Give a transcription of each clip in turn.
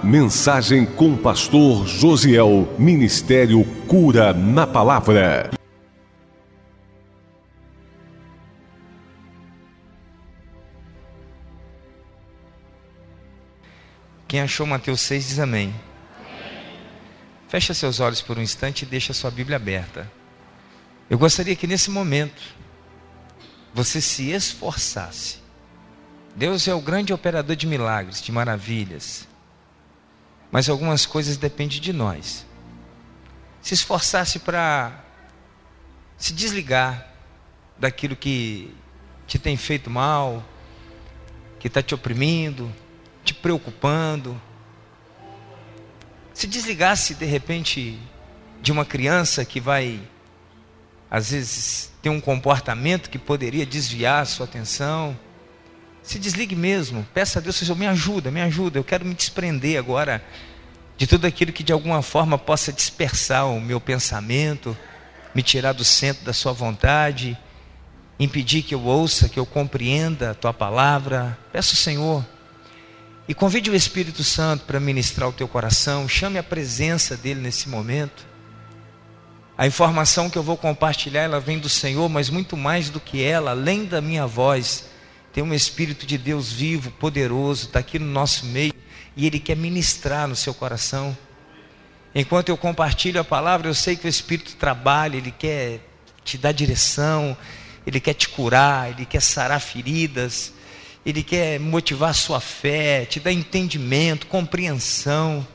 Mensagem com o pastor Josiel, Ministério Cura na Palavra. Quem achou Mateus 6 diz amém. Fecha seus olhos por um instante e deixa sua Bíblia aberta. Eu gostaria que nesse momento você se esforçasse. Deus é o grande operador de milagres, de maravilhas. Mas algumas coisas dependem de nós. Se esforçasse para se desligar daquilo que te tem feito mal, que está te oprimindo, te preocupando. Se desligasse de repente de uma criança que vai, às vezes, ter um comportamento que poderia desviar a sua atenção. Se desligue mesmo, peça a Deus, Senhor, me ajuda, eu quero me desprender agora de tudo aquilo que de alguma forma possa dispersar o meu pensamento, me tirar do centro da sua vontade, impedir que eu ouça, que eu compreenda a tua palavra. Peço ao Senhor, e convide o Espírito Santo para ministrar o teu coração, chame a presença dele nesse momento. A informação que eu vou compartilhar, ela vem do Senhor, mas muito mais do que ela, além da minha voz, tem um Espírito de Deus vivo, poderoso, está aqui no nosso meio, e Ele quer ministrar no seu coração. Enquanto eu compartilho a palavra, eu sei que o Espírito trabalha, Ele quer te dar direção, Ele quer te curar, Ele quer sarar feridas, Ele quer motivar a sua fé, te dar entendimento, compreensão.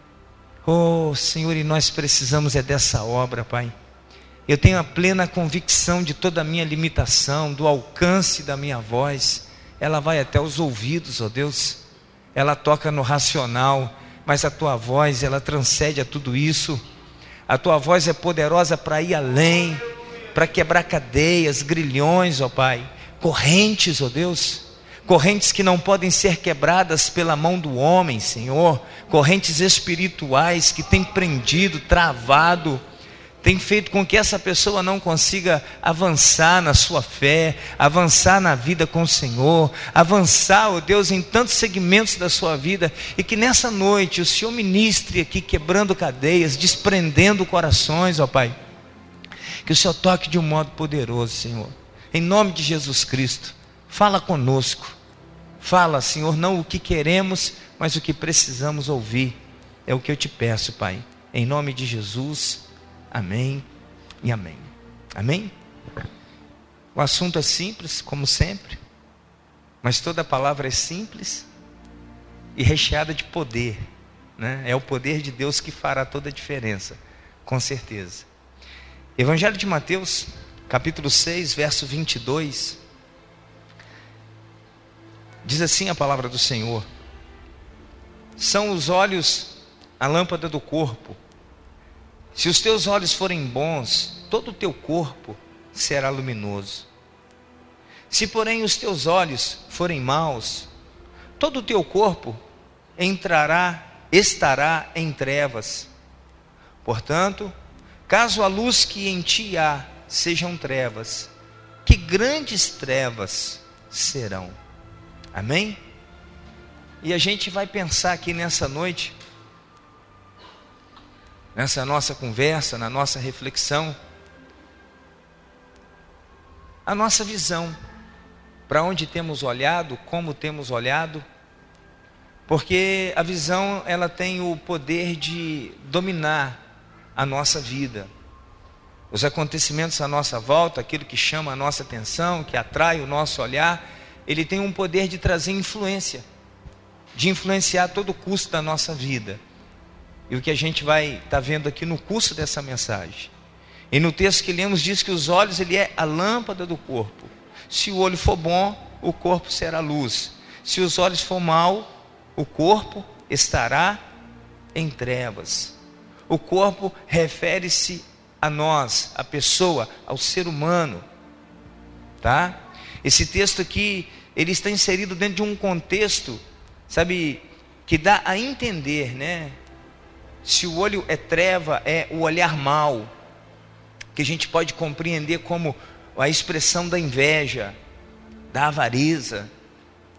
Oh Senhor, e nós precisamos dessa obra, Pai. Eu tenho a plena convicção de toda a minha limitação, do alcance da minha voz. Ela vai até os ouvidos, ó Deus. Ela toca no racional, mas a tua voz, ela transcende a tudo isso. A tua voz é poderosa para ir além, para quebrar cadeias, grilhões, ó Pai, correntes, ó Deus. Correntes que não podem ser quebradas pela mão do homem, Senhor. Correntes espirituais que têm prendido, travado, tem feito com que essa pessoa não consiga avançar na sua fé, avançar na vida com o Senhor, avançar, ó Deus, em tantos segmentos da sua vida, e que nessa noite o Senhor ministre aqui, quebrando cadeias, desprendendo corações, ó Pai. Que o Senhor toque de um modo poderoso, Senhor. Em nome de Jesus Cristo, fala conosco. Fala, Senhor, não o que queremos, mas o que precisamos ouvir. É o que eu te peço, Pai. Em nome de Jesus. Amém e amém. Amém? O assunto é simples, como sempre, mas toda palavra é simples e recheada de poder, né? É o poder de Deus que fará toda a diferença, com certeza. Evangelho de Mateus, capítulo 6, verso 22, diz assim a palavra do Senhor: são os olhos a lâmpada do corpo. Se os teus olhos forem bons, todo o teu corpo será luminoso. Se porém os teus olhos forem maus, todo o teu corpo estará em trevas. Portanto, caso a luz que em ti há sejam trevas, que grandes trevas serão. Amém? E a gente vai pensar aqui nessa noite, nessa nossa conversa, na nossa reflexão, a nossa visão, para onde temos olhado, como temos olhado, porque a visão, ela tem o poder de dominar a nossa vida. Os acontecimentos à nossa volta, aquilo que chama a nossa atenção, que atrai o nosso olhar, ele tem um poder de trazer influência, de influenciar todo o curso da nossa vida. E o que a gente vai estar vendo aqui no curso dessa mensagem. E no texto que lemos diz que os olhos, ele é a lâmpada do corpo. Se o olho for bom, o corpo será luz. Se os olhos for mau, o corpo estará em trevas. O corpo refere-se a nós, a pessoa, ao ser humano. Tá? Esse texto aqui, ele está inserido dentro de um contexto, sabe, que dá a entender, né? Se o olho é treva, é o olhar mau, que a gente pode compreender como a expressão da inveja, da avareza,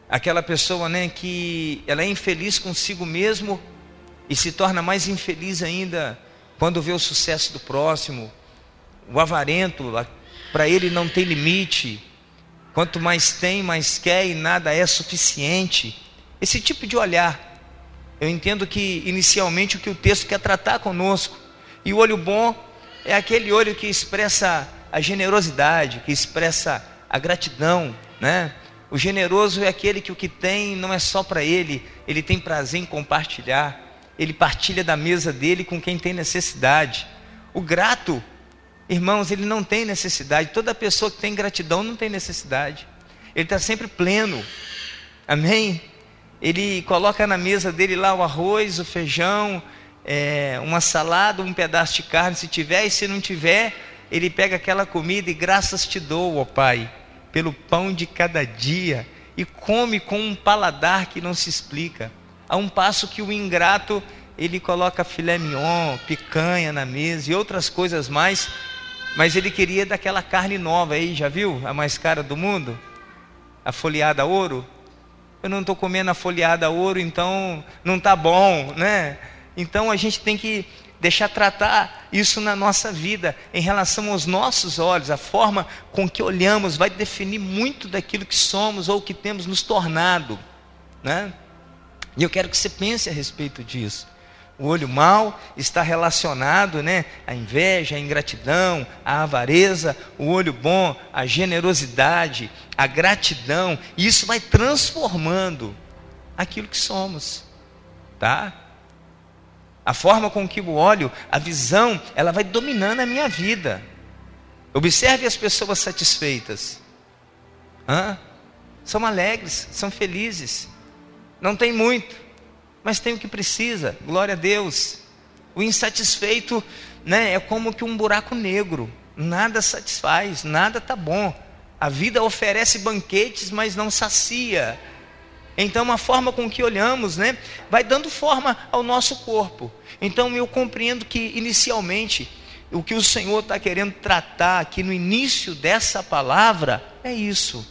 Aquela pessoa, né, que ela é infeliz consigo mesmo e se torna mais infeliz ainda quando vê o sucesso do próximo. O avarento, para ele não tem limite. Quanto mais tem, mais quer e nada é suficiente. Esse tipo de olhar, eu entendo que inicialmente o que o texto quer tratar conosco. E o olho bom é aquele olho que expressa a generosidade, que expressa a gratidão, né? O generoso é aquele que o que tem não é só para ele tem prazer em compartilhar, ele partilha da mesa dele com quem tem necessidade. O grato, irmãos, ele não tem necessidade. Toda pessoa que tem gratidão não tem necessidade, ele está sempre pleno, amém? Ele coloca na mesa dele lá o arroz, o feijão, uma salada, um pedaço de carne, se tiver, e se não tiver, ele pega aquela comida e graças te dou, ó Pai, pelo pão de cada dia, e come com um paladar que não se explica. A um passo que o ingrato, ele coloca filé mignon, picanha na mesa e outras coisas mais, mas ele queria daquela carne nova aí, já viu? A mais cara do mundo, a folheada a ouro. Eu não estou comendo a folheada a ouro, então não está bom, né? Então a gente tem que deixar tratar isso na nossa vida, em relação aos nossos olhos. A forma com que olhamos vai definir muito daquilo que somos ou que temos nos tornado, né? E eu quero que você pense a respeito disso. O olho mau está relacionado, né, à inveja, à ingratidão, à avareza. O olho bom, à generosidade, à gratidão. E isso vai transformando aquilo que somos, tá? A forma com que eu olho, a visão, ela vai dominando a minha vida. Observe as pessoas satisfeitas. São alegres, são felizes. Não tem muito, mas tem o que precisa, glória a Deus. O insatisfeito, né, é como que um buraco negro. Nada satisfaz, nada está bom. A vida oferece banquetes, mas não sacia. Então a forma com que olhamos, né, vai dando forma ao nosso corpo. Então eu compreendo que inicialmente o que o Senhor está querendo tratar aqui no início dessa palavra é isso.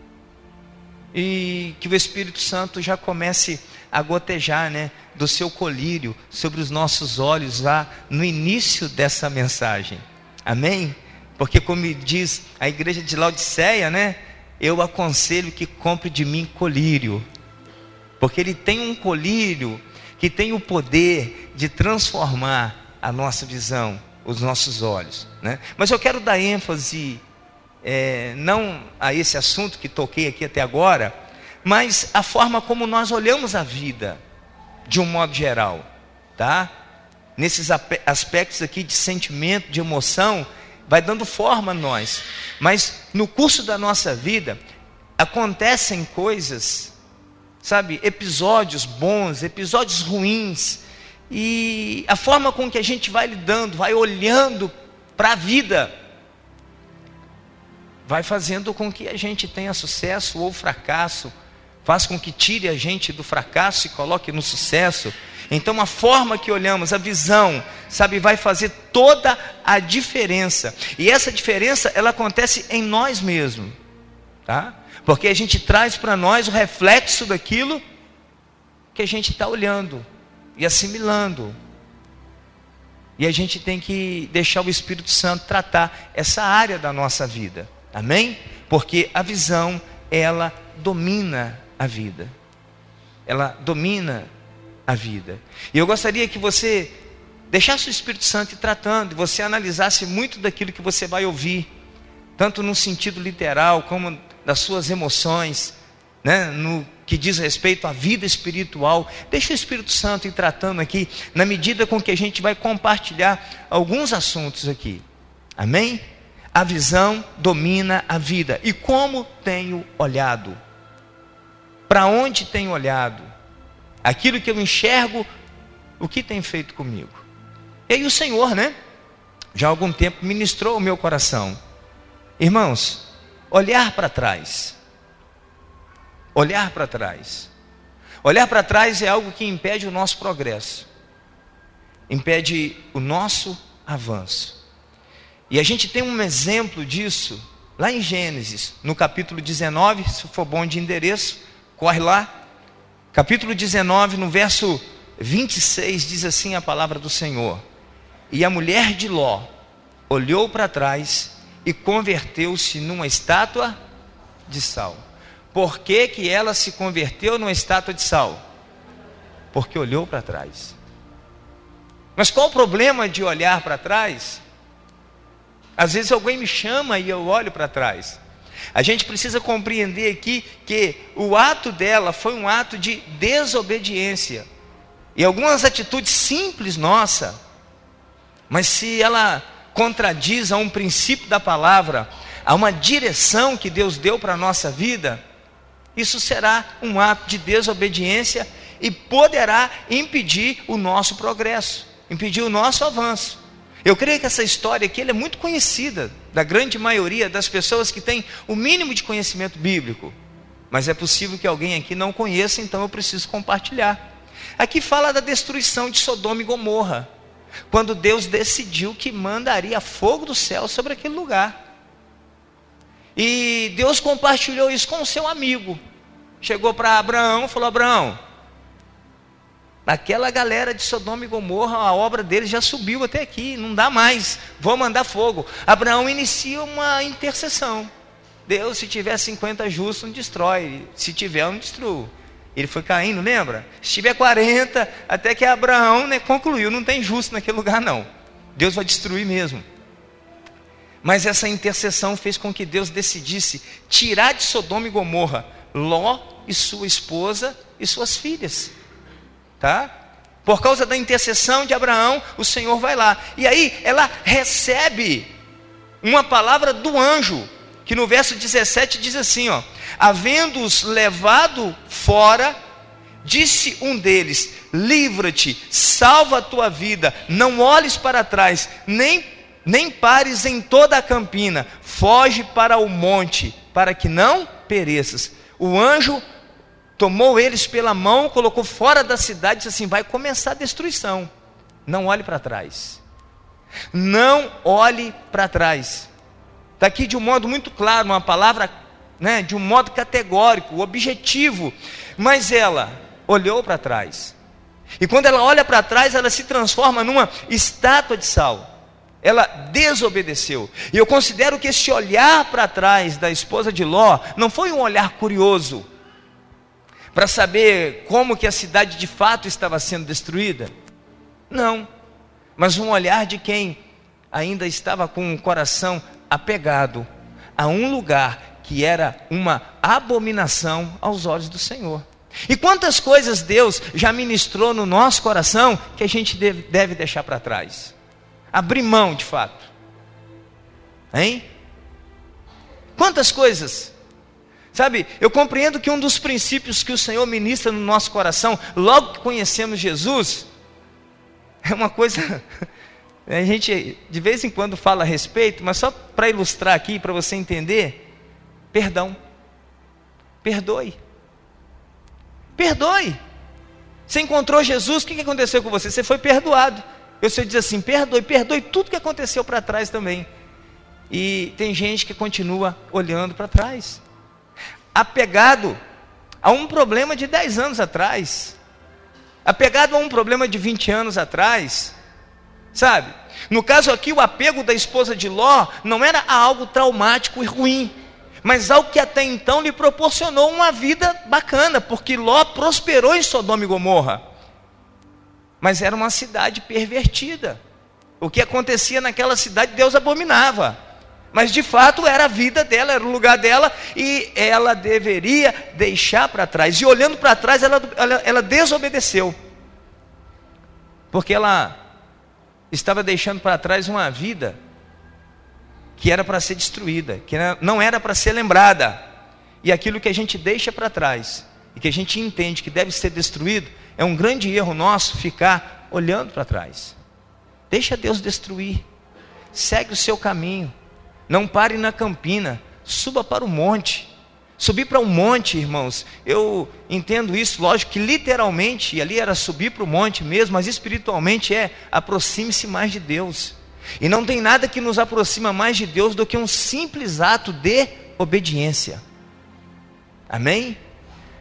E que o Espírito Santo já comece a gotejar, né, do seu colírio sobre os nossos olhos lá no início dessa mensagem. Amém? Porque como diz a igreja de Laodiceia, né, eu aconselho que compre de mim colírio, porque ele tem um colírio que tem o poder de transformar a nossa visão, os nossos olhos, né? Mas eu quero dar ênfase, não a esse assunto que toquei aqui até agora, mas a forma como nós olhamos a vida, de um modo geral, tá? Nesses aspectos aqui de sentimento, de emoção, vai dando forma a nós. Mas no curso da nossa vida, acontecem coisas, sabe, episódios bons, episódios ruins, e a forma com que a gente vai lidando, vai olhando para a vida, vai fazendo com que a gente tenha sucesso ou fracasso, faz com que tire a gente do fracasso e coloque no sucesso. Então a forma que olhamos, a visão, sabe, vai fazer toda a diferença. E essa diferença, ela acontece em nós mesmos, tá? Porque a gente traz para nós o reflexo daquilo que a gente está olhando e assimilando. E a gente tem que deixar o Espírito Santo tratar essa área da nossa vida. Amém? Porque a visão, ela domina a vida. Ela domina a vida. E eu gostaria que você deixasse o Espírito Santo ir tratando, e você analisasse muito daquilo que você vai ouvir, tanto no sentido literal, como das suas emoções, né, no que diz respeito à vida espiritual. Deixa o Espírito Santo ir tratando aqui, na medida com que a gente vai compartilhar alguns assuntos aqui. Amém? A visão domina a vida. E como tenho olhado? Para onde tenho olhado? Aquilo que eu enxergo, o que tem feito comigo? E aí o Senhor, né, já há algum tempo ministrou o meu coração. Irmãos, olhar para trás. Olhar para trás. Olhar para trás é algo que impede o nosso progresso. Impede o nosso avanço. E a gente tem um exemplo disso lá em Gênesis, no capítulo 19, se for bom de endereço, Corre lá. Capítulo 19, no verso 26, diz assim a palavra do Senhor: e a mulher de Ló olhou para trás e converteu-se numa estátua de sal. Por que que ela se converteu numa estátua de sal? Porque olhou para trás. Mas qual o problema de olhar para trás? Às vezes alguém me chama e eu olho para trás. A gente precisa compreender aqui que o ato dela foi um ato de desobediência. E algumas atitudes simples nossa, mas se ela contradiz a um princípio da palavra, a uma direção que Deus deu para a nossa vida, isso será um ato de desobediência e poderá impedir o nosso progresso, impedir o nosso avanço. Eu creio que essa história aqui ela é muito conhecida da grande maioria das pessoas que têm o mínimo de conhecimento bíblico. Mas é possível que alguém aqui não conheça, então eu preciso compartilhar. Aqui fala da destruição de Sodoma e Gomorra, quando Deus decidiu que mandaria fogo do céu sobre aquele lugar. E Deus compartilhou isso com o seu amigo. Chegou para Abraão e falou: Abraão, aquela galera de Sodoma e Gomorra, a obra deles já subiu até aqui, não dá mais, vou mandar fogo. Abraão inicia uma intercessão. Deus, se tiver 50 justos, não destrói, se tiver, eu não destruo. Ele foi caindo, lembra? Se tiver 40, até que Abraão concluiu, não tem justo naquele lugar não, Deus vai destruir mesmo. Mas essa intercessão fez com que Deus decidisse tirar de Sodoma e Gomorra Ló e sua esposa e suas filhas. Tá? Por causa da intercessão de Abraão, o Senhor vai lá. E aí ela recebe uma palavra do anjo, que no verso 17 diz assim, ó: havendo-os levado fora, disse um deles: livra-te, salva a tua vida, não olhes para trás, nem pares em toda a campina, foge para o monte, para que não pereças. O anjo tomou eles pela mão, colocou fora da cidade e disse assim: vai começar a destruição, não olhe para trás, não olhe para trás. Está aqui de um modo muito claro, uma palavra, de um modo categórico, objetivo. Mas ela olhou para trás, e quando ela olha para trás, ela se transforma numa estátua de sal. Ela desobedeceu. E eu considero que esse olhar para trás da esposa de Ló não foi um olhar curioso para saber como que a cidade de fato estava sendo destruída. Não, mas um olhar de quem ainda estava com o coração apegado a um lugar que era uma abominação aos olhos do Senhor. E quantas coisas Deus já ministrou no nosso coração que a gente deve deixar para trás, abrir mão de fato, hein? Quantas coisas. Sabe, eu compreendo que um dos princípios que o Senhor ministra no nosso coração, logo que conhecemos Jesus, é uma coisa, a gente de vez em quando fala a respeito, mas só para ilustrar aqui, para você entender: perdão. Perdoe. Perdoe. Você encontrou Jesus, o que aconteceu com você? Você foi perdoado. O Senhor diz assim: perdoe tudo que aconteceu para trás também. E tem gente que continua olhando para trás, apegado a um problema de 10 anos atrás, apegado a um problema de 20 anos atrás, sabe? No caso aqui, o apego da esposa de Ló não era a algo traumático e ruim, mas algo que até então lhe proporcionou uma vida bacana, porque Ló prosperou em Sodoma e Gomorra, mas era uma cidade pervertida. O que acontecia naquela cidade Deus abominava, mas de fato era a vida dela, era o lugar dela, e ela deveria deixar para trás. E olhando para trás, ela desobedeceu, porque ela estava deixando para trás uma vida que era para ser destruída, que não era para ser lembrada. E aquilo que a gente deixa para trás e que a gente entende que deve ser destruído, é um grande erro nosso ficar olhando para trás. Deixa Deus destruir, segue o seu caminho, não pare na campina, suba para o monte. Subir para um monte, irmãos, eu entendo isso, lógico que literalmente, e ali era subir para o monte mesmo, mas espiritualmente aproxime-se mais de Deus. E não tem nada que nos aproxima mais de Deus do que um simples ato de obediência. Amém?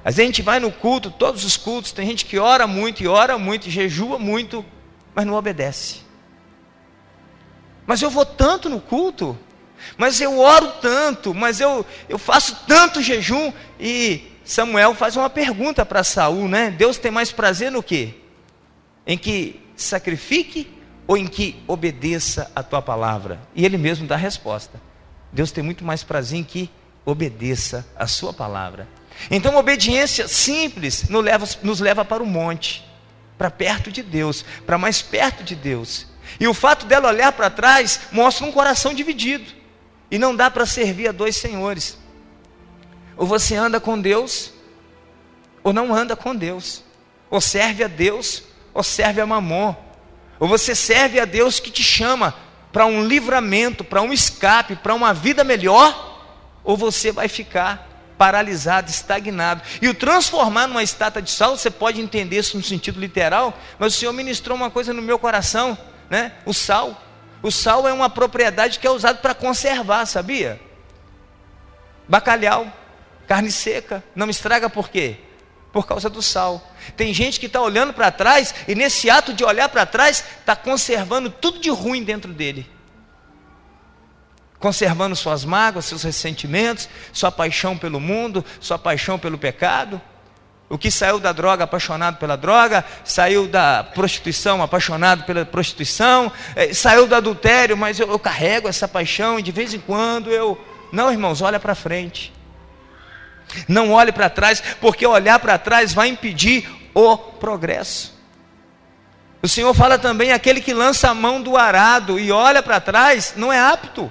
Às vezes a gente vai no culto, todos os cultos, tem gente que ora muito, e jejua muito, mas não obedece. Mas eu vou tanto no culto, mas eu oro tanto, mas eu faço tanto jejum. E Samuel faz uma pergunta para Saul, né? Deus tem mais prazer no quê? Em que sacrifique ou em que obedeça a tua palavra? E ele mesmo dá a resposta. Deus tem muito mais prazer em que obedeça a sua palavra. Então a obediência simples nos leva para o monte, para perto de Deus, para mais perto de Deus. E o fato dela olhar para trás mostra um coração dividido. E não dá para servir a dois senhores. Ou você anda com Deus, ou não anda com Deus. Ou serve a Deus, ou serve a Mamon. Ou você serve a Deus que te chama para um livramento, para um escape, para uma vida melhor, ou você vai ficar paralisado, estagnado. E o transformar numa estátua de sal, você pode entender isso no sentido literal, mas o Senhor ministrou uma coisa no meu coração, né? O sal é uma propriedade que é usada para conservar, sabia? Bacalhau, carne seca, não estraga por quê? Por causa do sal. Tem gente que está olhando para trás, e nesse ato de olhar para trás, está conservando tudo de ruim dentro dele. Conservando suas mágoas, seus ressentimentos, sua paixão pelo mundo, sua paixão pelo pecado. O que saiu da droga, apaixonado pela droga, saiu da prostituição, apaixonado pela prostituição, saiu do adultério, mas eu carrego essa paixão e de vez em quando eu... Não, irmãos, olha para frente. Não olhe para trás, porque olhar para trás vai impedir o progresso. O Senhor fala também, aquele que lança a mão do arado e olha para trás, não é apto.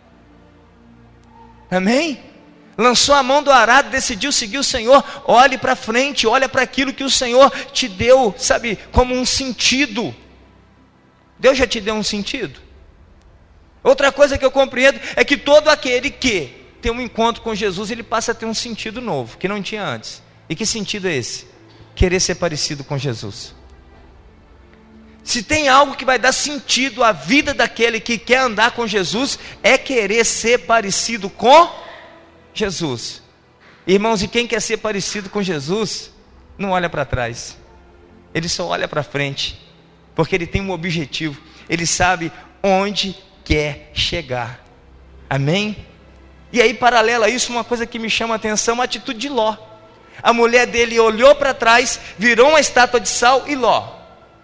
Amém? Lançou a mão do arado, decidiu seguir o Senhor. Olhe para frente, olha para aquilo que o Senhor te deu, sabe, como um sentido. Deus já te deu um sentido. Outra coisa que eu compreendo é que todo aquele que tem um encontro com Jesus, ele passa a ter um sentido novo, que não tinha antes. E que sentido é esse? Querer ser parecido com Jesus. Se tem algo que vai dar sentido à vida daquele que quer andar com Jesus, é querer ser parecido com Jesus. Irmãos, e quem quer ser parecido com Jesus, não olha para trás. Ele só olha para frente, porque ele tem um objetivo. Ele sabe onde quer chegar. Amém? E aí, paralelo a isso, uma coisa que me chama a atenção, a atitude de Ló. A mulher dele olhou para trás, virou uma estátua de sal, e Ló,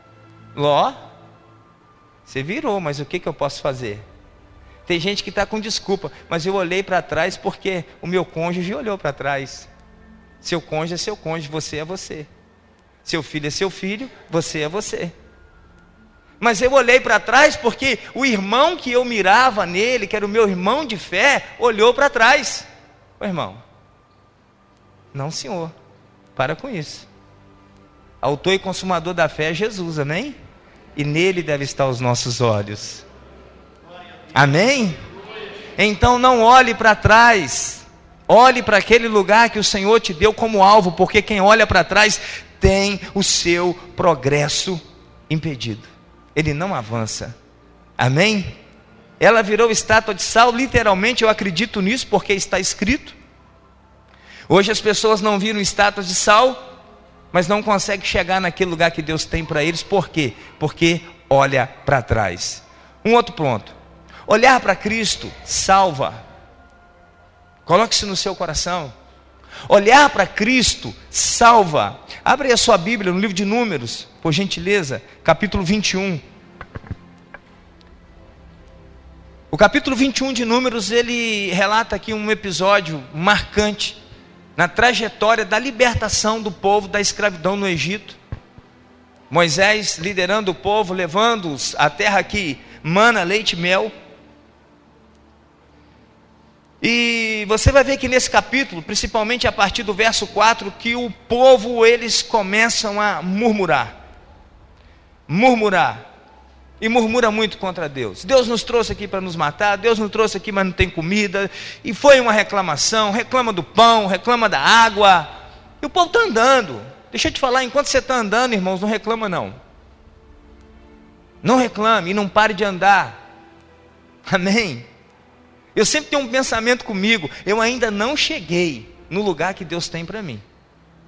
você virou, mas o que eu posso fazer? Tem gente que está com desculpa, mas eu olhei para trás porque o meu cônjuge olhou para trás. Seu cônjuge é seu cônjuge, você é você. Seu filho é seu filho, você é você. Mas eu olhei para trás porque o irmão que eu mirava nele, que era o meu irmão de fé, olhou para trás. Ô irmão, não senhor, para com isso. Autor e consumador da fé é Jesus, amém? E nele devem estar os nossos olhos. Amém? Então não olhe para trás, olhe para aquele lugar que o Senhor te deu como alvo, porque quem olha para trás tem o seu progresso impedido, ele não avança. Amém? Ela virou estátua de sal, literalmente eu acredito nisso, porque está escrito. Hoje as pessoas não viram estátuas de sal, mas não conseguem chegar naquele lugar que Deus tem para eles. Por quê? Porque olha para trás. Um outro ponto, olhar para Cristo salva. Coloque isso no seu coração. Olhar para Cristo salva. Abre a sua Bíblia no livro de Números, por gentileza, capítulo 21. O capítulo 21 de Números, ele relata aqui um episódio marcante na trajetória da libertação do povo da escravidão no Egito. Moisés liderando o povo, levando-os à terra que mana leite e mel. E você vai ver que nesse capítulo, principalmente a partir do verso 4, que o povo, eles começam a murmurar. E murmura muito contra Deus. Deus nos trouxe aqui para nos matar, Deus nos trouxe aqui, mas não tem comida. E foi uma reclamação, reclama do pão, reclama da água. E o povo está andando. Deixa eu te falar, enquanto você está andando, irmãos, não reclama não. Não reclame e não pare de andar. Amém? Eu sempre tenho um pensamento comigo, eu ainda não cheguei no lugar que Deus tem para mim.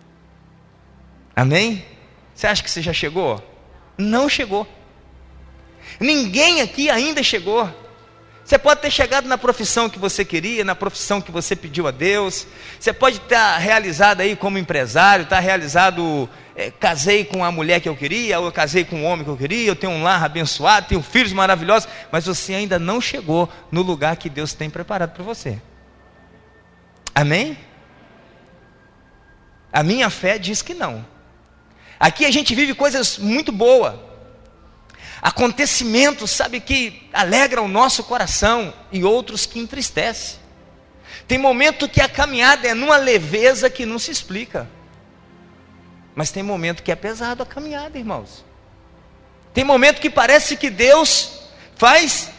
Amém? Você acha que você já chegou? Não chegou. Ninguém aqui ainda chegou. Você pode ter chegado na profissão que você queria, na profissão que você pediu a Deus. Você pode estar realizado aí como empresário, estar realizado, casei com a mulher que eu queria, ou eu casei com o homem que eu queria, eu tenho um lar abençoado, tenho filhos maravilhosos, mas você ainda não chegou no lugar que Deus tem preparado para você. Amém? A minha fé diz que não. Aqui a gente vive coisas muito boas, acontecimentos, sabe, que alegram o nosso coração, e outros que entristecem. Tem momento que a caminhada é numa leveza que não se explica, mas tem momento que é pesado a caminhada, irmãos. Tem momento que parece que Deus faz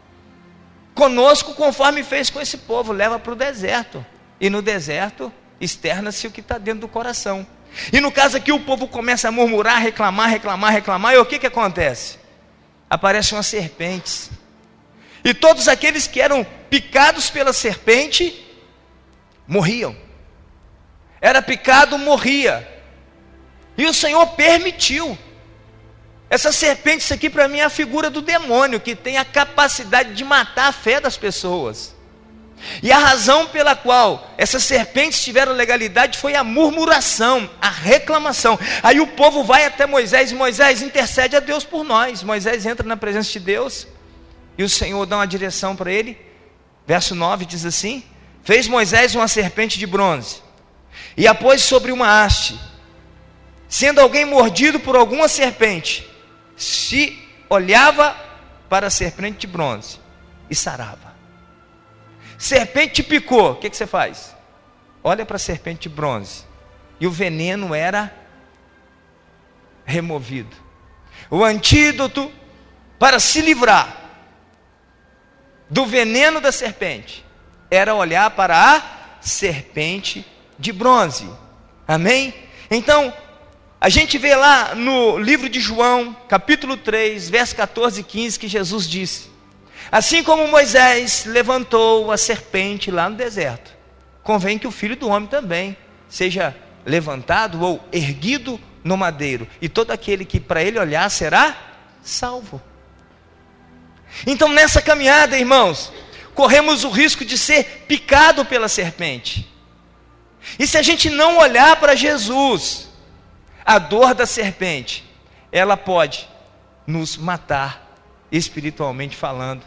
conosco conforme fez com esse povo, leva para o deserto, e no deserto externa-se o que está dentro do coração. E no caso aqui o povo começa a murmurar, reclamar, e o que acontece? Aparecem umas serpentes, e todos aqueles que eram picados pela serpente morriam. Era picado, morria. E o Senhor permitiu. Essa serpente, isso aqui para mim é a figura do demônio, que tem a capacidade de matar a fé das pessoas. E a razão pela qual essas serpentes tiveram legalidade foi a murmuração, a reclamação. Aí o povo vai até Moisés, e Moisés intercede a Deus por nós. Moisés entra na presença de Deus, e o Senhor dá uma direção para ele. Verso 9 diz assim: fez Moisés uma serpente de bronze, e a pôs sobre uma haste. Sendo alguém mordido por alguma serpente, se olhava para a serpente de bronze e sarava. Serpente te picou, o que você faz? Olha para a serpente de bronze, e o veneno era removido. O antídoto para se livrar do veneno da serpente era olhar para a serpente de bronze. Amém? Então, a gente vê lá no livro de João, capítulo 3, verso 14 e 15, que Jesus disse: assim como Moisés levantou a serpente lá no deserto, convém que o Filho do Homem também seja levantado ou erguido no madeiro, e todo aquele que para ele olhar será salvo. Então nessa caminhada, irmãos, corremos o risco de ser picado pela serpente. E se a gente não olhar para Jesus, a dor da serpente, ela pode nos matar espiritualmente falando.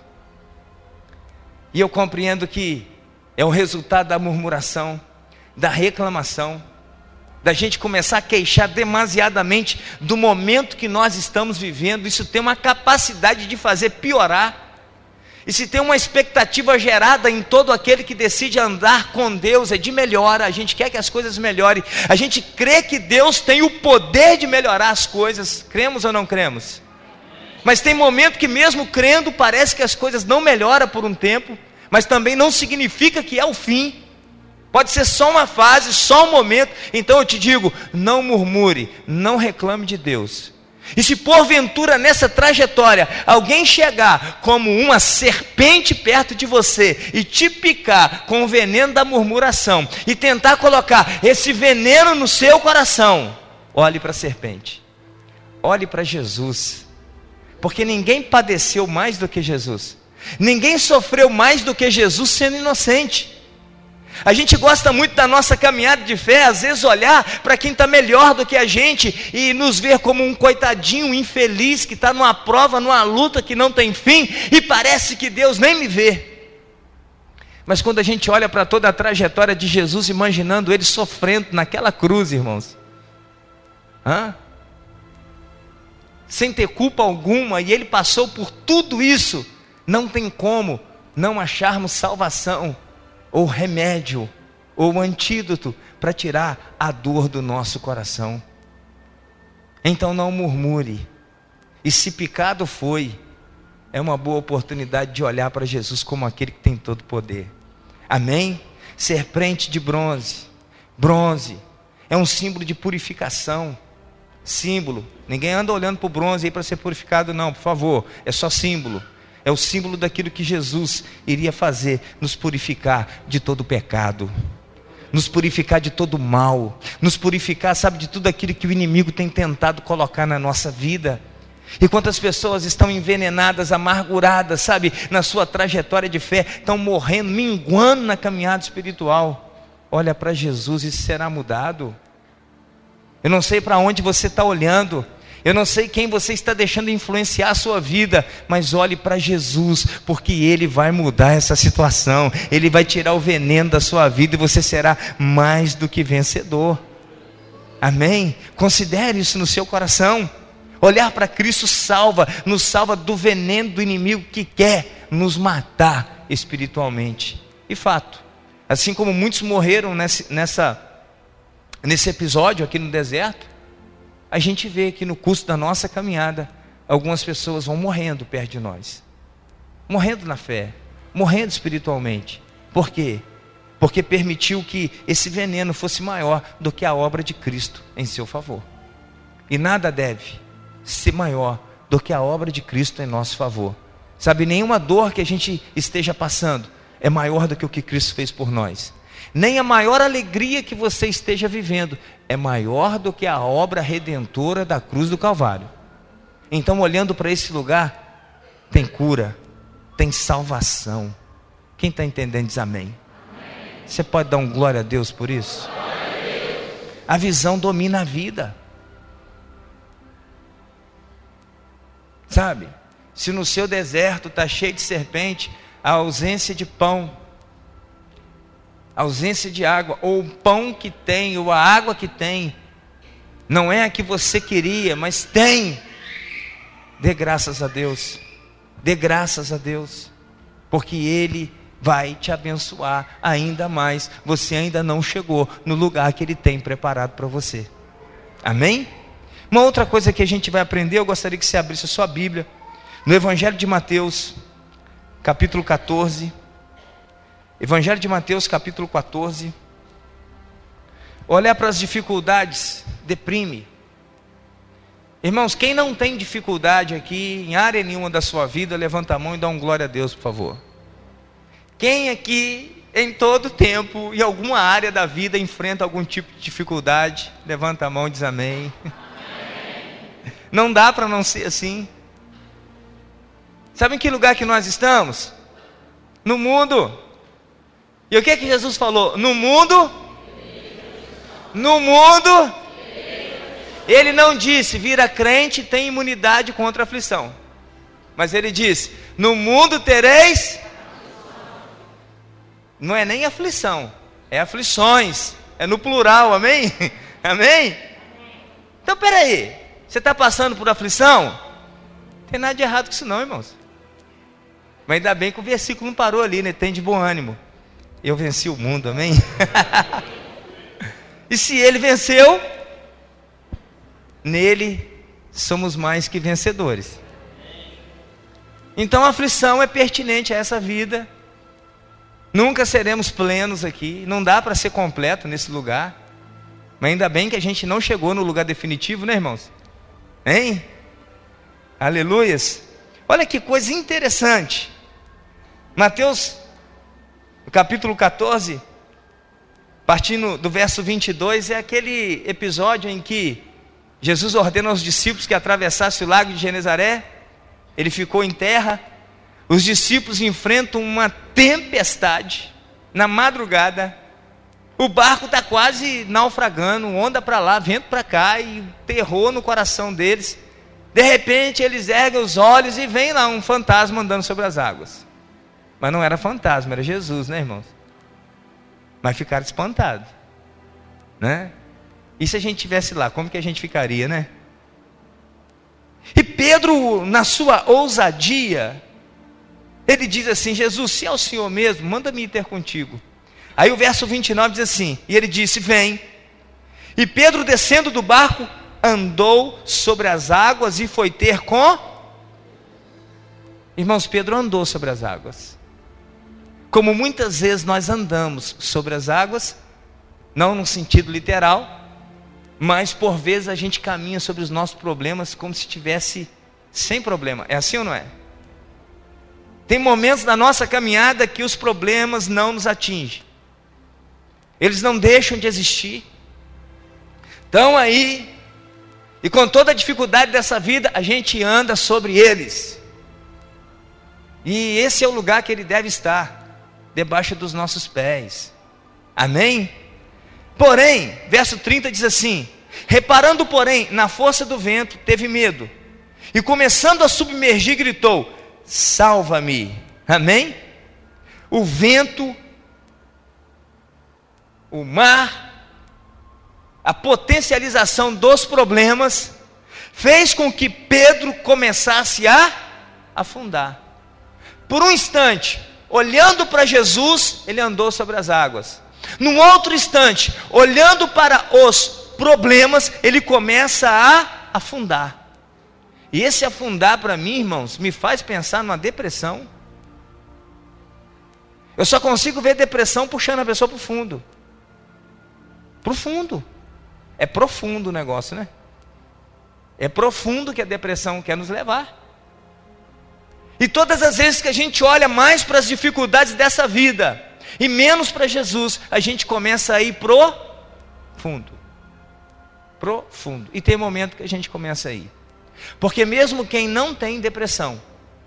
E eu compreendo que é o resultado da murmuração, da reclamação, da gente começar a queixar demasiadamente do momento que nós estamos vivendo. Isso tem uma capacidade de fazer piorar. E se tem uma expectativa gerada em todo aquele que decide andar com Deus, é de melhora. A gente quer que as coisas melhorem, a gente crê que Deus tem o poder de melhorar as coisas. Cremos ou não cremos? Mas tem momento que mesmo crendo, parece que as coisas não melhoram por um tempo, mas também não significa que é o fim. Pode ser só uma fase, só um momento. Então eu te digo, não murmure, não reclame de Deus. E se porventura nessa trajetória alguém chegar como uma serpente perto de você e te picar com o veneno da murmuração e tentar colocar esse veneno no seu coração, olhe para a serpente, olhe para Jesus. Porque ninguém padeceu mais do que Jesus, ninguém sofreu mais do que Jesus sendo inocente. A gente gosta muito da nossa caminhada de fé, às vezes olhar para quem está melhor do que a gente e nos ver como um coitadinho infeliz que está numa prova, numa luta que não tem fim, e parece que Deus nem me vê. Mas quando a gente olha para toda a trajetória de Jesus, imaginando Ele sofrendo naquela cruz, irmãos, sem ter culpa alguma, e Ele passou por tudo isso, não tem como não acharmos salvação, ou remédio, ou antídoto para tirar a dor do nosso coração. Então não murmure, e se picado foi, é uma boa oportunidade de olhar para Jesus como aquele que tem todo o poder. Amém? Serpente de bronze, bronze é um símbolo de purificação, símbolo. Ninguém anda olhando para o bronze aí para ser purificado não, por favor, é só símbolo. É o símbolo daquilo que Jesus iria fazer, nos purificar de todo pecado, nos purificar de todo mal, nos purificar, sabe, de tudo aquilo que o inimigo tem tentado colocar na nossa vida. E quantas pessoas estão envenenadas, amarguradas, sabe, na sua trajetória de fé, estão morrendo, minguando na caminhada espiritual. Olha para Jesus e será mudado. Eu não sei para onde você está olhando, eu não sei quem você está deixando influenciar a sua vida, mas olhe para Jesus, porque Ele vai mudar essa situação, Ele vai tirar o veneno da sua vida e você será mais do que vencedor. Amém? Considere isso no seu coração. Olhar para Cristo nos salva do veneno do inimigo que quer nos matar espiritualmente. E fato, assim como muitos morreram nesse episódio aqui no deserto, a gente vê que no curso da nossa caminhada, algumas pessoas vão morrendo perto de nós, morrendo na fé, morrendo espiritualmente. Por quê? Porque permitiu que esse veneno fosse maior do que a obra de Cristo em seu favor. E nada deve ser maior do que a obra de Cristo em nosso favor. Sabe, nenhuma dor que a gente esteja passando é maior do que o que Cristo fez por nós. Nem a maior alegria que você esteja vivendo é maior do que a obra redentora da cruz do Calvário. Então, olhando para esse lugar, tem cura, tem salvação. Quem está entendendo diz amém. Você pode dar um glória a Deus por isso? A visão domina a vida. Sabe, se no seu deserto está cheio de serpente, a ausência de pão, a ausência de água, ou o pão que tem, ou a água que tem, não é a que você queria, mas tem. Dê graças a Deus, dê graças a Deus, porque Ele vai te abençoar ainda mais. Você ainda não chegou no lugar que Ele tem preparado para você. Amém? Uma outra coisa que a gente vai aprender, eu gostaria que você abrisse a sua Bíblia, no Evangelho de Mateus, capítulo 14, Evangelho de Mateus, capítulo 14. Olhar para as dificuldades deprime. Irmãos, quem não tem dificuldade aqui, em área nenhuma da sua vida, levanta a mão e dá um glória a Deus, por favor. Quem aqui, em todo tempo, em alguma área da vida, enfrenta algum tipo de dificuldade, levanta a mão e diz amém. Não dá para não ser assim. Sabe em que lugar que nós estamos? No mundo. E o que é que Jesus falou? No mundo? No mundo? Ele não disse, vira crente e tem imunidade contra a aflição. Mas ele disse, no mundo tereis... Não é nem aflição, é aflições. É no plural, amém? Amém? Então peraí, você está passando por aflição? Não tem nada de errado com isso não, irmãos. Mas ainda bem que o versículo não parou ali, né? Tem de bom ânimo. Eu venci o mundo, amém? E se Ele venceu, nele somos mais que vencedores. Então a aflição é pertinente a essa vida. Nunca seremos plenos aqui, não dá para ser completo nesse lugar. Mas ainda bem que a gente não chegou no lugar definitivo, né, irmãos? Hein? Aleluias. Olha que coisa interessante. Mateus, capítulo 14, partindo do verso 22, é aquele episódio em que Jesus ordena aos discípulos que atravessassem o lago de Genezaré. Ele ficou em terra. Os discípulos enfrentam uma tempestade na madrugada. O barco está quase naufragando, onda para lá, vento para cá, e terror no coração deles. De repente eles erguem os olhos e vem lá um fantasma andando sobre as águas. Mas não era fantasma, era Jesus, né, irmãos? Mas ficaram espantados, né? E se a gente estivesse lá, como que a gente ficaria, né? E Pedro, na sua ousadia, ele diz assim, Jesus, se é o Senhor mesmo, manda-me ir ter contigo. Aí o verso 29 diz assim, e ele disse, vem. E Pedro, descendo do barco, andou sobre as águas e foi ter com... Irmãos, Pedro andou sobre as águas. Como muitas vezes nós andamos sobre as águas, não no sentido literal, mas por vezes a gente caminha sobre os nossos problemas como se estivesse sem problema. É assim ou não é? Tem momentos da nossa caminhada que os problemas não nos atingem. Eles não deixam de existir. Estão aí, e com toda a dificuldade dessa vida, a gente anda sobre eles. E esse é o lugar que ele deve estar, debaixo dos nossos pés. Amém? Porém, verso 30 diz assim: reparando, porém, na força do vento, teve medo, e começando a submergir, gritou: salva-me. Amém? O vento, o mar, a potencialização dos problemas, fez com que Pedro começasse a afundar. Por um instante, olhando para Jesus, ele andou sobre as águas. Num outro instante, olhando para os problemas, ele começa a afundar. E esse afundar, para mim, irmãos, me faz pensar numa depressão. Eu só consigo ver depressão puxando a pessoa para o fundo. Para o fundo. É profundo o negócio, né? É profundo que a depressão quer nos levar. E todas as vezes que a gente olha mais para as dificuldades dessa vida e menos para Jesus, a gente começa a ir profundo. Profundo. E tem momento que a gente começa a ir. Porque mesmo quem não tem depressão,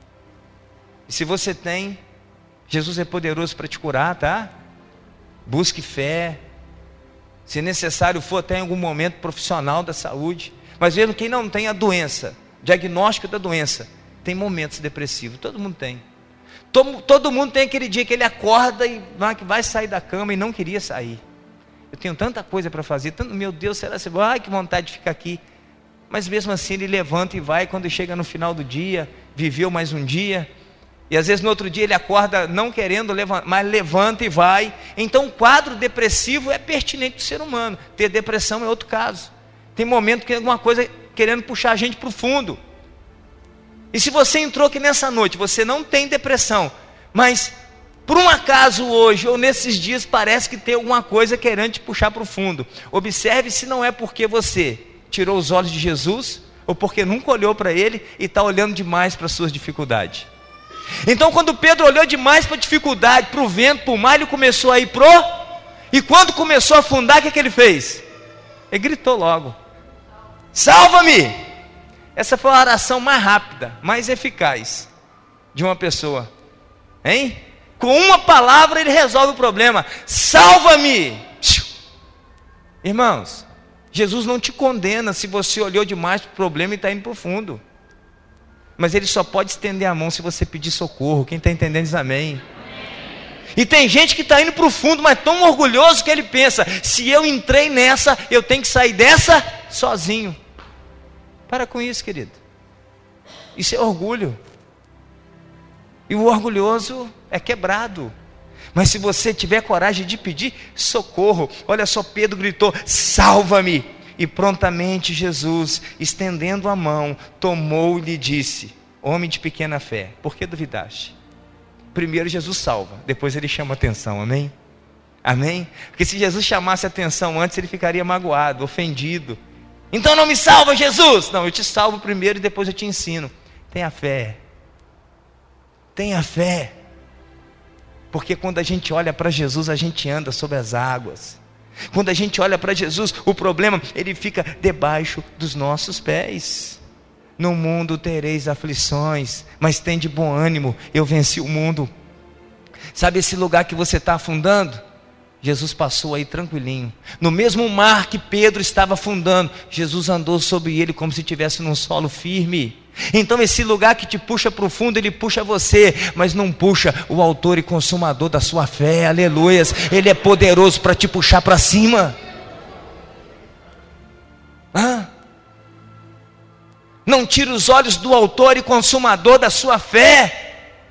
e se você tem, Jesus é poderoso para te curar, tá? Busque fé. Se necessário for, até em algum momento profissional da saúde. Mas mesmo quem não tem a doença, diagnóstico da doença, tem momentos depressivos. Todo mundo tem. Todo mundo tem aquele dia que ele acorda e vai sair da cama e não queria sair. Eu tenho tanta coisa para fazer, meu Deus, será que ai, que vontade de ficar aqui. Mas mesmo assim ele levanta e vai. Quando chega no final do dia, viveu mais um dia. E às vezes no outro dia ele acorda não querendo levantar, mas levanta e vai. Então o quadro depressivo é pertinente do ser humano. Ter depressão é outro caso. Tem momento que alguma coisa querendo puxar a gente para o fundo. E se você entrou aqui nessa noite, você não tem depressão, mas por um acaso hoje ou nesses dias parece que tem alguma coisa querendo te puxar para o fundo. Observe se não é porque você tirou os olhos de Jesus, ou porque nunca olhou para Ele e está olhando demais para as suas dificuldades. Então quando Pedro olhou demais para a dificuldade, para o vento, para o mar, ele começou a ir e quando começou a afundar, o que ele fez? Ele gritou logo: salva-me! Essa foi a oração mais rápida, mais eficaz de uma pessoa, hein? Com uma palavra ele resolve o problema: salva-me! Irmãos, Jesus não te condena se você olhou demais para o problema e está indo para o fundo. Mas Ele só pode estender a mão se você pedir socorro. Quem está entendendo diz amém. E tem gente que está indo para o fundo, mas tão orgulhoso que ele pensa: se eu entrei nessa, eu tenho que sair dessa sozinho. Para com isso, querido. Isso é orgulho. E o orgulhoso é quebrado. Mas se você tiver coragem de pedir socorro, olha só, Pedro gritou: salva-me! E prontamente Jesus, estendendo a mão, tomou e lhe disse: homem de pequena fé, por que duvidaste? Primeiro Jesus salva, depois ele chama atenção, amém? Amém? Porque se Jesus chamasse atenção antes, ele ficaria magoado, ofendido. Então não me salva, Jesus! Não, eu te salvo primeiro e depois eu te ensino. Tenha fé. Tenha fé. Porque quando a gente olha para Jesus, a gente anda sobre as águas. Quando a gente olha para Jesus, o problema, ele fica debaixo dos nossos pés. No mundo tereis aflições, mas tem de bom ânimo, eu venci o mundo. Sabe esse lugar que você está afundando? Jesus passou aí tranquilinho. No mesmo mar que Pedro estava afundando, Jesus andou sobre ele como se estivesse num solo firme. Então esse lugar que te puxa para o fundo, ele puxa você, mas não puxa o autor e consumador da sua fé, aleluias. Ele é poderoso para te puxar para cima. Não tire os olhos do autor e consumador da sua fé.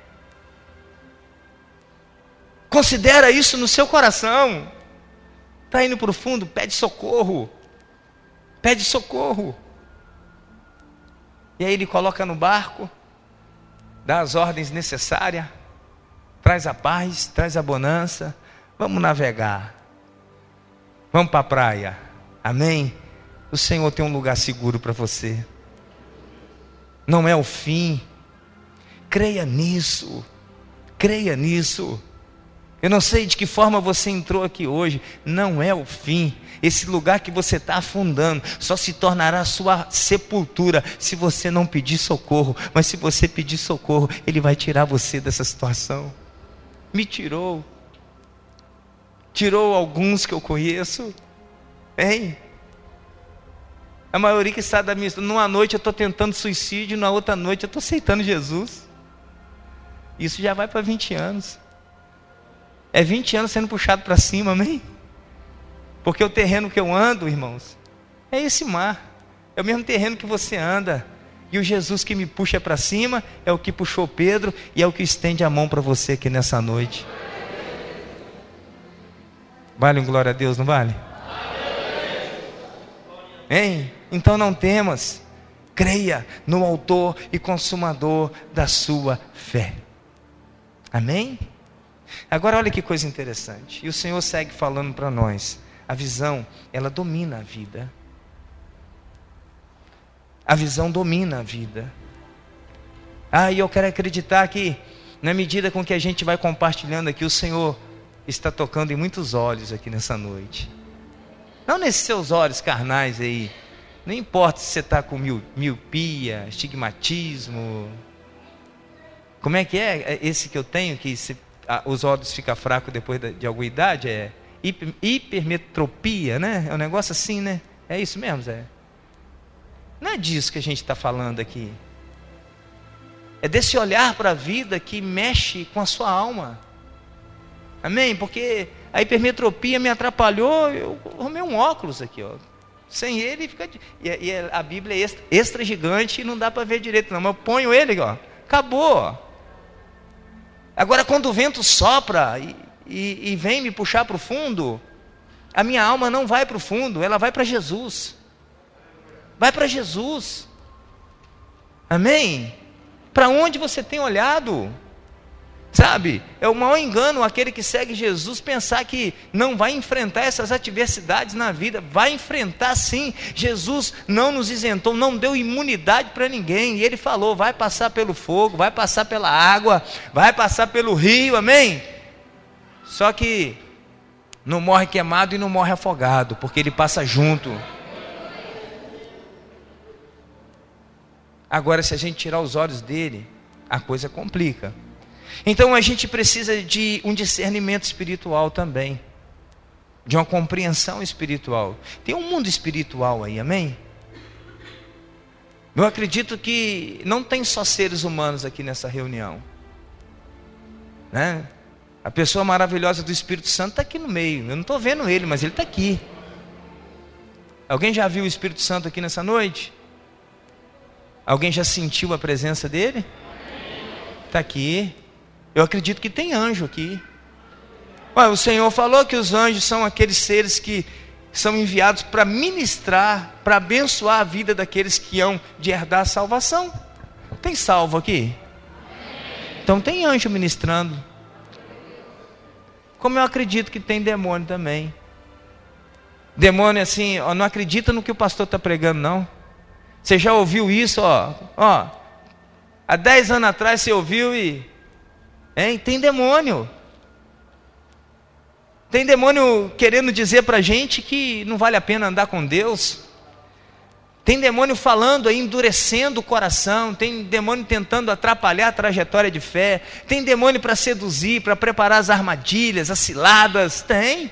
Considera isso no seu coração. Está indo para o fundo, pede socorro. Pede socorro. E aí ele coloca no barco, dá as ordens necessárias, traz a paz, traz a bonança. Vamos navegar. Vamos para a praia. Amém? O Senhor tem um lugar seguro para você. Não é o fim. Creia nisso. Creia nisso. Eu não sei de que forma você entrou aqui hoje, não é o fim. Esse lugar que você está afundando só se tornará sua sepultura se você não pedir socorro. Mas se você pedir socorro, Ele vai tirar você dessa situação. Me tirou. Tirou alguns que eu conheço. Hein? A maioria que está da minha história. Numa noite eu estou tentando suicídio, na outra noite eu estou aceitando Jesus. Isso já vai para 20 anos. É 20 anos sendo puxado para cima, amém? Porque o terreno que eu ando, irmãos, é esse mar. É o mesmo terreno que você anda. E o Jesus que me puxa para cima é o que puxou Pedro e é o que estende a mão para você aqui nessa noite. Vale um glória a Deus, não vale? Hein? Então não temas. Creia no autor e consumador da sua fé. Amém? Agora olha que coisa interessante. E o Senhor segue falando para nós. A visão, ela domina a vida. A visão domina a vida. E eu quero acreditar que, na medida com que a gente vai compartilhando aqui, o Senhor está tocando em muitos olhos aqui nessa noite. Não nesses seus olhos carnais aí. Não importa se você está com miopia, estigmatismo. Como é que é esse que eu tenho, que os olhos ficam fracos depois de alguma idade? É hipermetropia, né? É um negócio assim, né? É isso mesmo, Zé? Não é disso que a gente está falando aqui. É desse olhar para a vida que mexe com a sua alma. Amém? Porque a hipermetropia me atrapalhou, eu arrumei um óculos aqui, ó. Sem ele fica... E a Bíblia é extra gigante e não dá para ver direito não, mas eu ponho ele, ó. Acabou. Agora quando o vento sopra e vem me puxar para o fundo, a minha alma não vai para o fundo, ela vai para Jesus. Vai para Jesus. Amém? Para onde você tem olhado? Sabe, é o maior engano aquele que segue Jesus pensar que não vai enfrentar essas adversidades na vida. Vai enfrentar sim. Jesus não nos isentou, não deu imunidade para ninguém. E Ele falou, vai passar pelo fogo, vai passar pela água, vai passar pelo rio, amém? Só que não morre queimado e não morre afogado, porque Ele passa junto. Agora, se a gente tirar os olhos dele, a coisa complica. Então a gente precisa de um discernimento espiritual também, de uma compreensão espiritual. Tem um mundo espiritual aí, amém? Eu acredito que não tem só seres humanos aqui nessa reunião, né? A pessoa maravilhosa do Espírito Santo está aqui no meio. Eu não estou vendo ele, mas ele está aqui. Alguém já viu o Espírito Santo aqui nessa noite? Alguém já sentiu a presença dele? Está aqui. Eu acredito que tem anjo aqui. O Senhor falou que os anjos são aqueles seres que são enviados para ministrar, para abençoar a vida daqueles que hão de herdar a salvação. Tem salvo aqui? Então tem anjo ministrando. Como eu acredito que tem demônio também. Demônio assim, não acredita no que o pastor está pregando não. Você já ouviu isso, há 10 anos atrás você ouviu tem demônio. Tem demônio querendo dizer para a gente que não vale a pena andar com Deus. Tem demônio falando aí, endurecendo o coração. Tem demônio tentando atrapalhar a trajetória de fé. Tem demônio para seduzir, para preparar as armadilhas, as ciladas. Tem.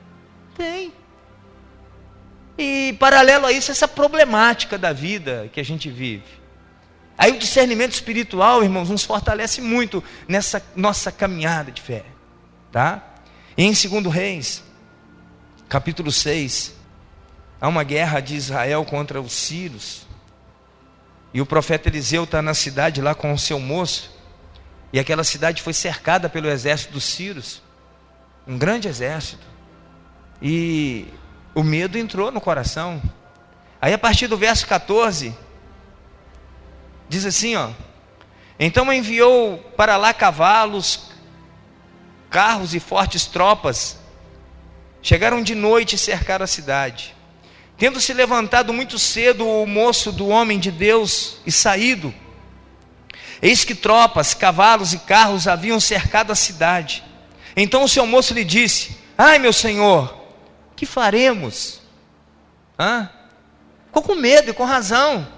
E paralelo a isso, essa problemática da vida que a gente vive. Aí o discernimento espiritual, irmãos, nos fortalece muito nessa nossa caminhada de fé, tá? E em 2 Reis, capítulo 6, há uma guerra de Israel contra os sírios, e o profeta Eliseu está na cidade lá com o seu moço, e aquela cidade foi cercada pelo exército dos sírios, um grande exército, e o medo entrou no coração. Aí a partir do verso 14, diz assim, então enviou para lá cavalos, carros e fortes tropas. Chegaram de noite e cercaram a cidade. Tendo se levantado muito cedo o moço do homem de Deus e saído, eis que tropas, cavalos e carros haviam cercado a cidade. Então o seu moço lhe disse: ai, meu senhor, que faremos? Ficou com medo e com razão.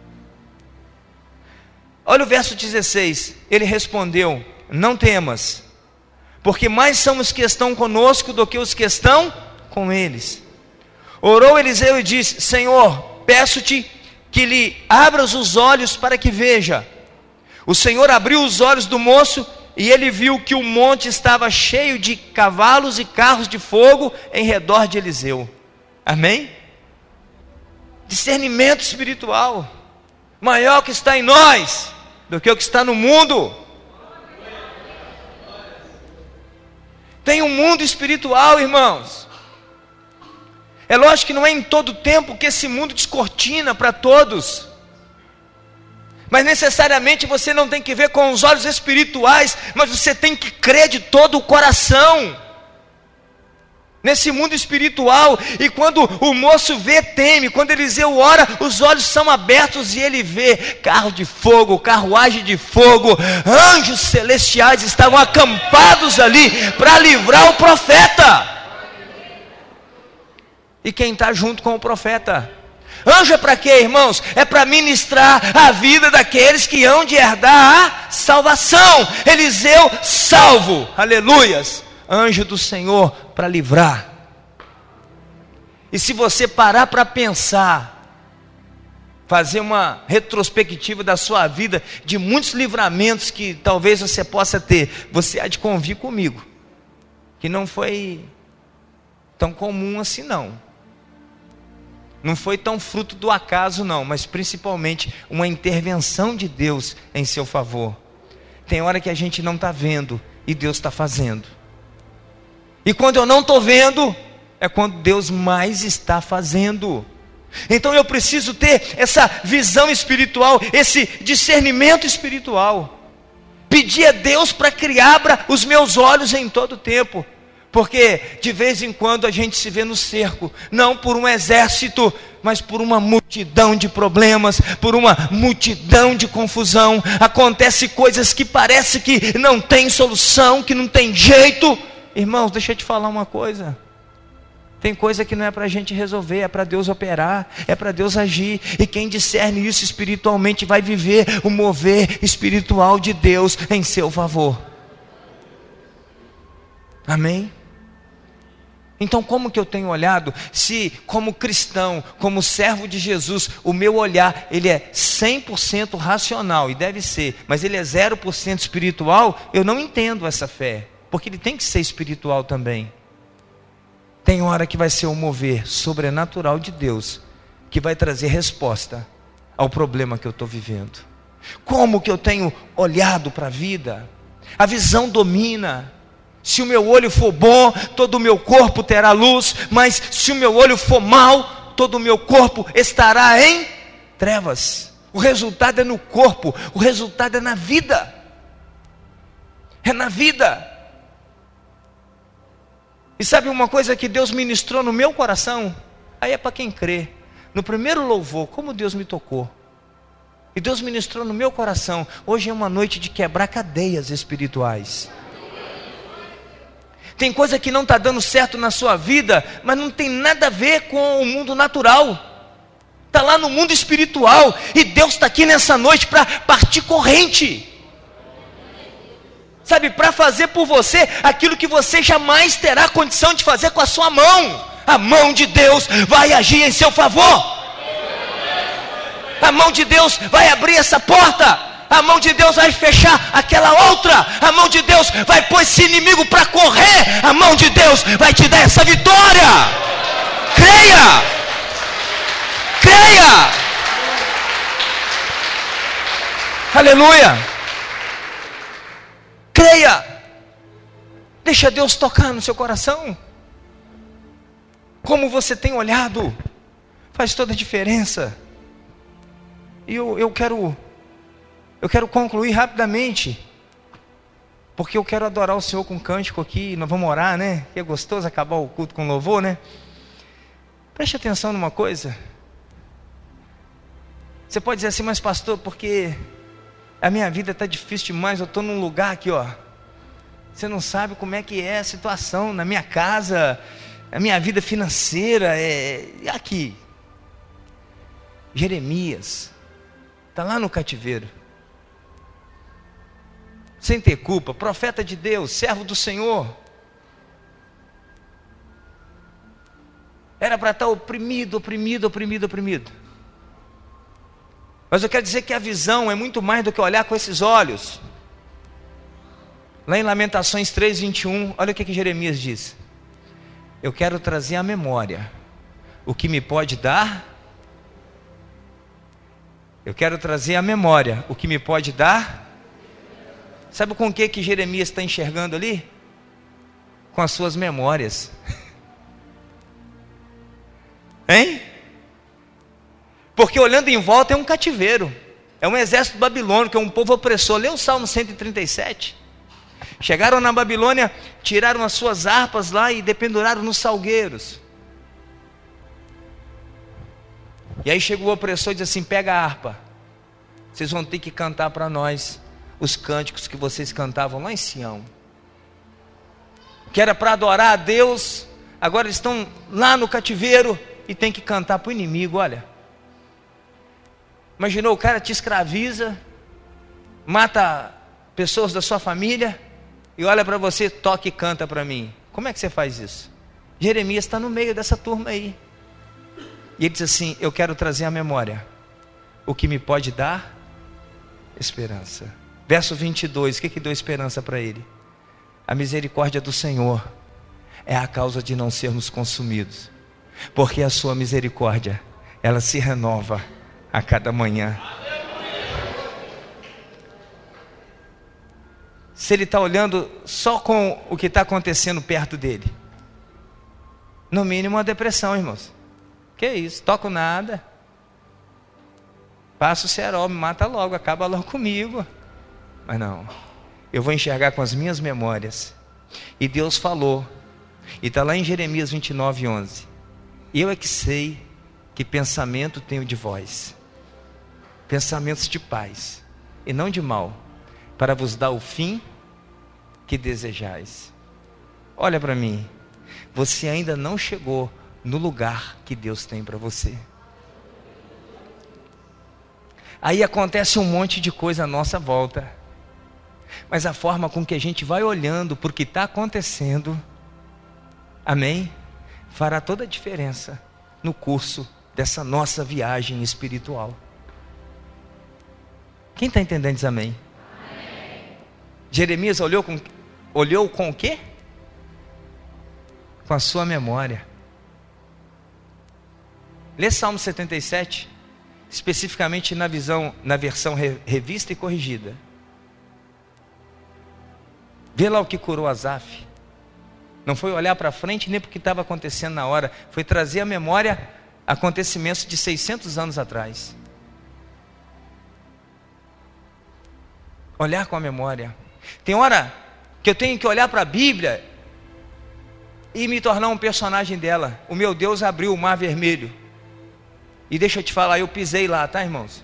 Olha o verso 16. Ele respondeu: não temas, porque mais são os que estão conosco do que os que estão com eles. Orou Eliseu e disse: Senhor, peço-te que lhe abras os olhos para que veja. O Senhor abriu os olhos do moço, e ele viu que o monte estava cheio de cavalos e carros de fogo em redor de Eliseu. Amém? Discernimento espiritual, maior que está em nós do que o que está no mundo. Tem um mundo espiritual, irmãos. É lógico que não é em todo tempo que esse mundo descortina para todos, mas necessariamente você não tem que ver com os olhos espirituais, mas você tem que crer de todo o coração nesse mundo espiritual. E quando o moço vê, teme. Quando Eliseu ora, os olhos são abertos e ele vê carro de fogo, carruagem de fogo, anjos celestiais estavam acampados ali para livrar o profeta. E quem está junto com o profeta? Anjo é para quê, irmãos? É para ministrar a vida daqueles que hão de herdar a salvação. Eliseu salvo, aleluias, anjo do Senhor para livrar. E se você parar para pensar, fazer uma retrospectiva da sua vida, de muitos livramentos que talvez você possa ter, você há de convir comigo, que não foi tão comum assim não. Não foi tão fruto do acaso não, mas principalmente uma intervenção de Deus em seu favor. Tem hora que a gente não está vendo e Deus está fazendo. E quando eu não estou vendo, é quando Deus mais está fazendo. Então eu preciso ter essa visão espiritual, esse discernimento espiritual. Pedir a Deus para que abra os meus olhos em todo o tempo. Porque de vez em quando a gente se vê no cerco, não por um exército, mas por uma multidão de problemas, por uma multidão de confusão. Acontece coisas que parece que não tem solução, que não tem jeito. Irmãos, deixa eu te falar uma coisa. Tem coisa que não é para a gente resolver, é para Deus operar, é para Deus agir. E quem discerne isso espiritualmente vai viver o mover espiritual de Deus em seu favor. Amém? Então como que eu tenho olhado? Se como cristão, como servo de Jesus, o meu olhar, ele é 100% racional, e deve ser, mas ele é 0% espiritual, eu não entendo essa fé, porque ele tem que ser espiritual também. Tem hora que vai ser um mover sobrenatural de Deus, que vai trazer resposta ao problema que eu estou vivendo. Como que eu tenho olhado para a vida? A visão domina. Se o meu olho for bom, todo o meu corpo terá luz, mas se o meu olho for mau, todo o meu corpo estará em trevas. O resultado é no corpo, o resultado é na vida. É na vida. E sabe uma coisa que Deus ministrou no meu coração? Aí é para quem crê. No primeiro louvor, como Deus me tocou. E Deus ministrou no meu coração. Hoje é uma noite de quebrar cadeias espirituais. Tem coisa que não está dando certo na sua vida, mas não tem nada a ver com o mundo natural. Está lá no mundo espiritual. E Deus está aqui nessa noite para partir corrente. Sabe, para fazer por você aquilo que você jamais terá condição de fazer com a sua mão. A mão de Deus vai agir em seu favor. A mão de Deus vai abrir essa porta. A mão de Deus vai fechar aquela outra. A mão de Deus vai pôr esse inimigo para correr. A mão de Deus vai te dar essa vitória. Creia. Creia. Aleluia. Creia. Deixa Deus tocar no seu coração. Como você tem olhado, faz toda a diferença. E eu quero concluir rapidamente, porque eu quero adorar o Senhor com cântico aqui. Nós vamos orar, né? Que é gostoso acabar o culto com louvor, né? Preste atenção numa coisa. Você pode dizer assim, mas pastor, porque a minha vida está difícil demais. Eu estou num lugar aqui, ó, Você não sabe como é que é a situação na minha casa, a minha vida financeira. Aqui, Jeremias está lá no cativeiro, sem ter culpa, profeta de Deus, servo do Senhor. Era para estar oprimido. Mas eu quero dizer que a visão é muito mais do que olhar com esses olhos. Lá em Lamentações 3:21, olha o que Jeremias diz: eu quero trazer à memória o que me pode dar. Eu quero trazer à memória o que me pode dar. Sabe com o que Jeremias está enxergando ali? Com as suas memórias. Hein? Porque olhando em volta é um cativeiro, é um exército babilônico, é um povo opressor. Lê o Salmo 137. Chegaram na Babilônia, tiraram as suas harpas lá e dependuraram nos salgueiros. E aí chegou o opressor e disse assim: pega a harpa, vocês vão ter que cantar para nós os cânticos que vocês cantavam lá em Sião, que era para adorar a Deus. Agora eles estão lá no cativeiro e tem que cantar para o inimigo. Olha, imaginou, o cara te escraviza, mata pessoas da sua família e olha para você, toca e canta para mim. Como é que você faz isso? Jeremias está no meio dessa turma aí, e ele diz assim: eu quero trazer à memória o que me pode dar esperança. Verso 22, o que deu esperança para ele? A misericórdia do Senhor é a causa de não sermos consumidos, porque a sua misericórdia, ela se renova a cada manhã. Se ele está olhando só com o que está acontecendo perto dele, no mínimo uma depressão, irmãos. Que isso, toco nada, passo o cerol, me mata logo, acaba logo comigo. Mas não, eu vou enxergar com as minhas memórias. E Deus falou, e está lá em Jeremias 29:11: eu é que sei que pensamento tenho de vós, pensamentos de paz e não de mal, para vos dar o fim que desejais. Olha para mim, você ainda não chegou no lugar que Deus tem para você. Aí acontece um monte de coisa à nossa volta, mas a forma com que a gente vai olhando por que está acontecendo, amém, fará toda a diferença no curso dessa nossa viagem espiritual. Quem está entendendo diz amém? Amém. Jeremias olhou com o quê? Com a sua memória. Lê Salmo 77, especificamente na versão revista e corrigida. Vê lá o que curou Asaf. Não foi olhar para frente nem para o que estava acontecendo na hora, foi trazer à memória acontecimentos de 600 anos atrás. Olhar com a memória. Tem hora que eu tenho que olhar para a Bíblia e me tornar um personagem dela. O meu Deus abriu o mar vermelho. E deixa eu te falar, eu pisei lá, tá, irmãos?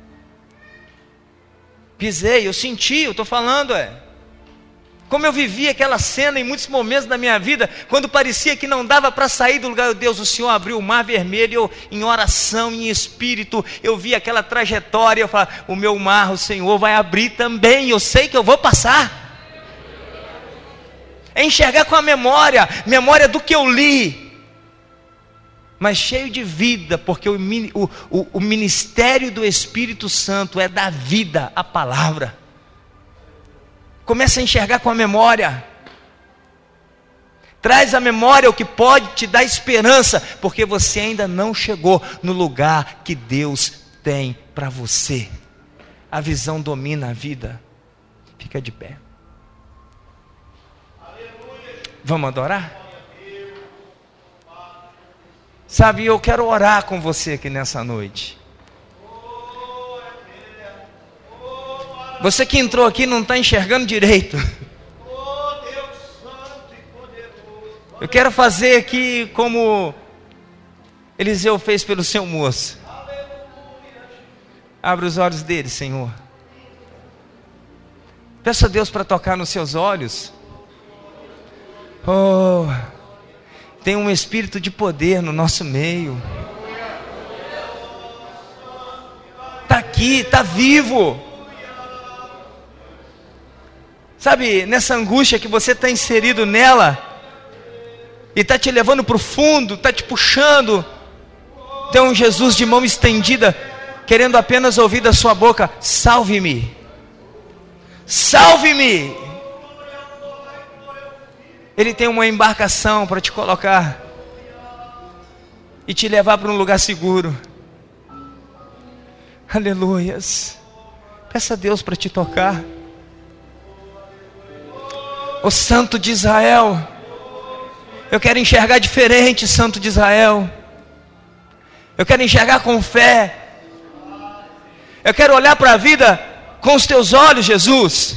Pisei, eu senti, eu estou falando, como eu vivi aquela cena em muitos momentos da minha vida, quando parecia que não dava para sair do lugar. Deus, o Senhor abriu o mar vermelho. Eu, em oração, em espírito, eu vi aquela trajetória. Eu falava: o meu mar, o Senhor vai abrir também. Eu sei que eu vou passar. É enxergar com a memória do que eu li, mas cheio de vida, porque o ministério do Espírito Santo é dar vida à palavra. Começa a enxergar com a memória. Traz à memória o que pode te dar esperança, porque você ainda não chegou no lugar que Deus tem para você. A visão domina a vida. Fica de pé. Vamos adorar? Sabe, eu quero orar com você aqui nessa noite. Você que entrou aqui não está enxergando direito. Eu quero fazer aqui como Eliseu fez pelo seu moço. Abre os olhos dele, Senhor. Peça a Deus para tocar nos seus olhos. Oh, tem um espírito de poder no nosso meio. Está aqui, está vivo. Sabe, nessa angústia que você está inserido nela, e está te levando para o fundo, está te puxando, tem um Jesus de mão estendida, querendo apenas ouvir da sua boca: salve-me, salve-me. Ele tem uma embarcação para te colocar e te levar para um lugar seguro. Aleluias. Peça a Deus para te tocar. Ó Santo de Israel, eu quero enxergar diferente, Santo de Israel. Eu quero enxergar com fé. Eu quero olhar para a vida com os teus olhos, Jesus.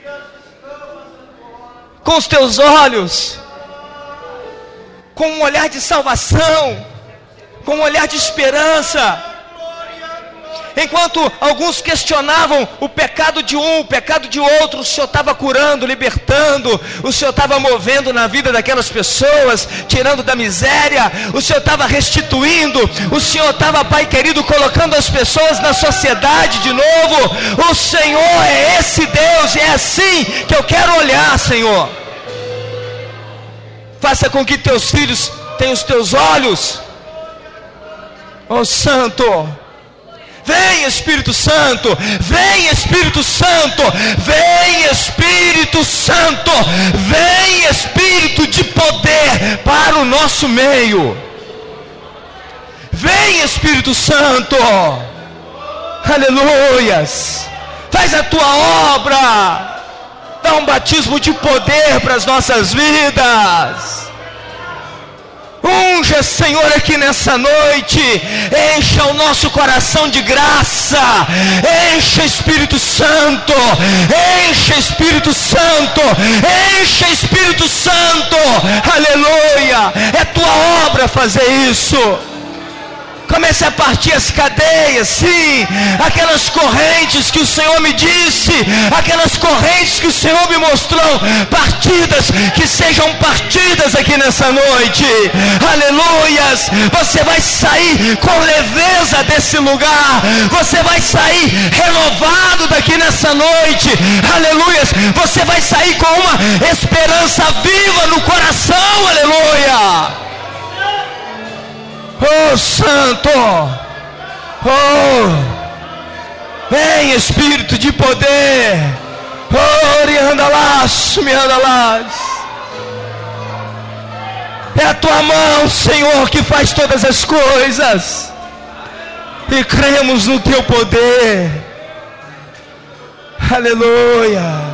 Com os teus olhos. Com um olhar de salvação. Com um olhar de esperança. Enquanto alguns questionavam o pecado de um, o pecado de outro, o Senhor estava curando, libertando, o Senhor estava movendo na vida daquelas pessoas, tirando da miséria, o Senhor estava restituindo, o Senhor estava, Pai querido, colocando as pessoas na sociedade de novo. O Senhor é esse Deus, e é assim que eu quero olhar, Senhor. Faça com que teus filhos tenham os teus olhos. Ó Santo, vem Espírito Santo, vem Espírito Santo, vem Espírito Santo, vem Espírito de poder para o nosso meio. Vem Espírito Santo, aleluias, faz a tua obra, dá um batismo de poder para as nossas vidas. Unja, Senhor, aqui nessa noite, encha o nosso coração de graça, encha Espírito Santo, encha Espírito Santo, encha Espírito Santo, aleluia, é tua obra fazer isso. Comece a partir as cadeias, sim, aquelas correntes que o Senhor me disse, aquelas correntes que o Senhor me mostrou, partidas, que sejam partidas aqui nessa noite, aleluias. Você vai sair com leveza desse lugar, você vai sair renovado daqui nessa noite, aleluias. Você vai sair com uma esperança viva no coração, aleluia. Oh Santo, oh, vem Espírito de poder, oh, riandalás, miandalás. É a tua mão, Senhor, que faz todas as coisas, e cremos no teu poder, aleluia.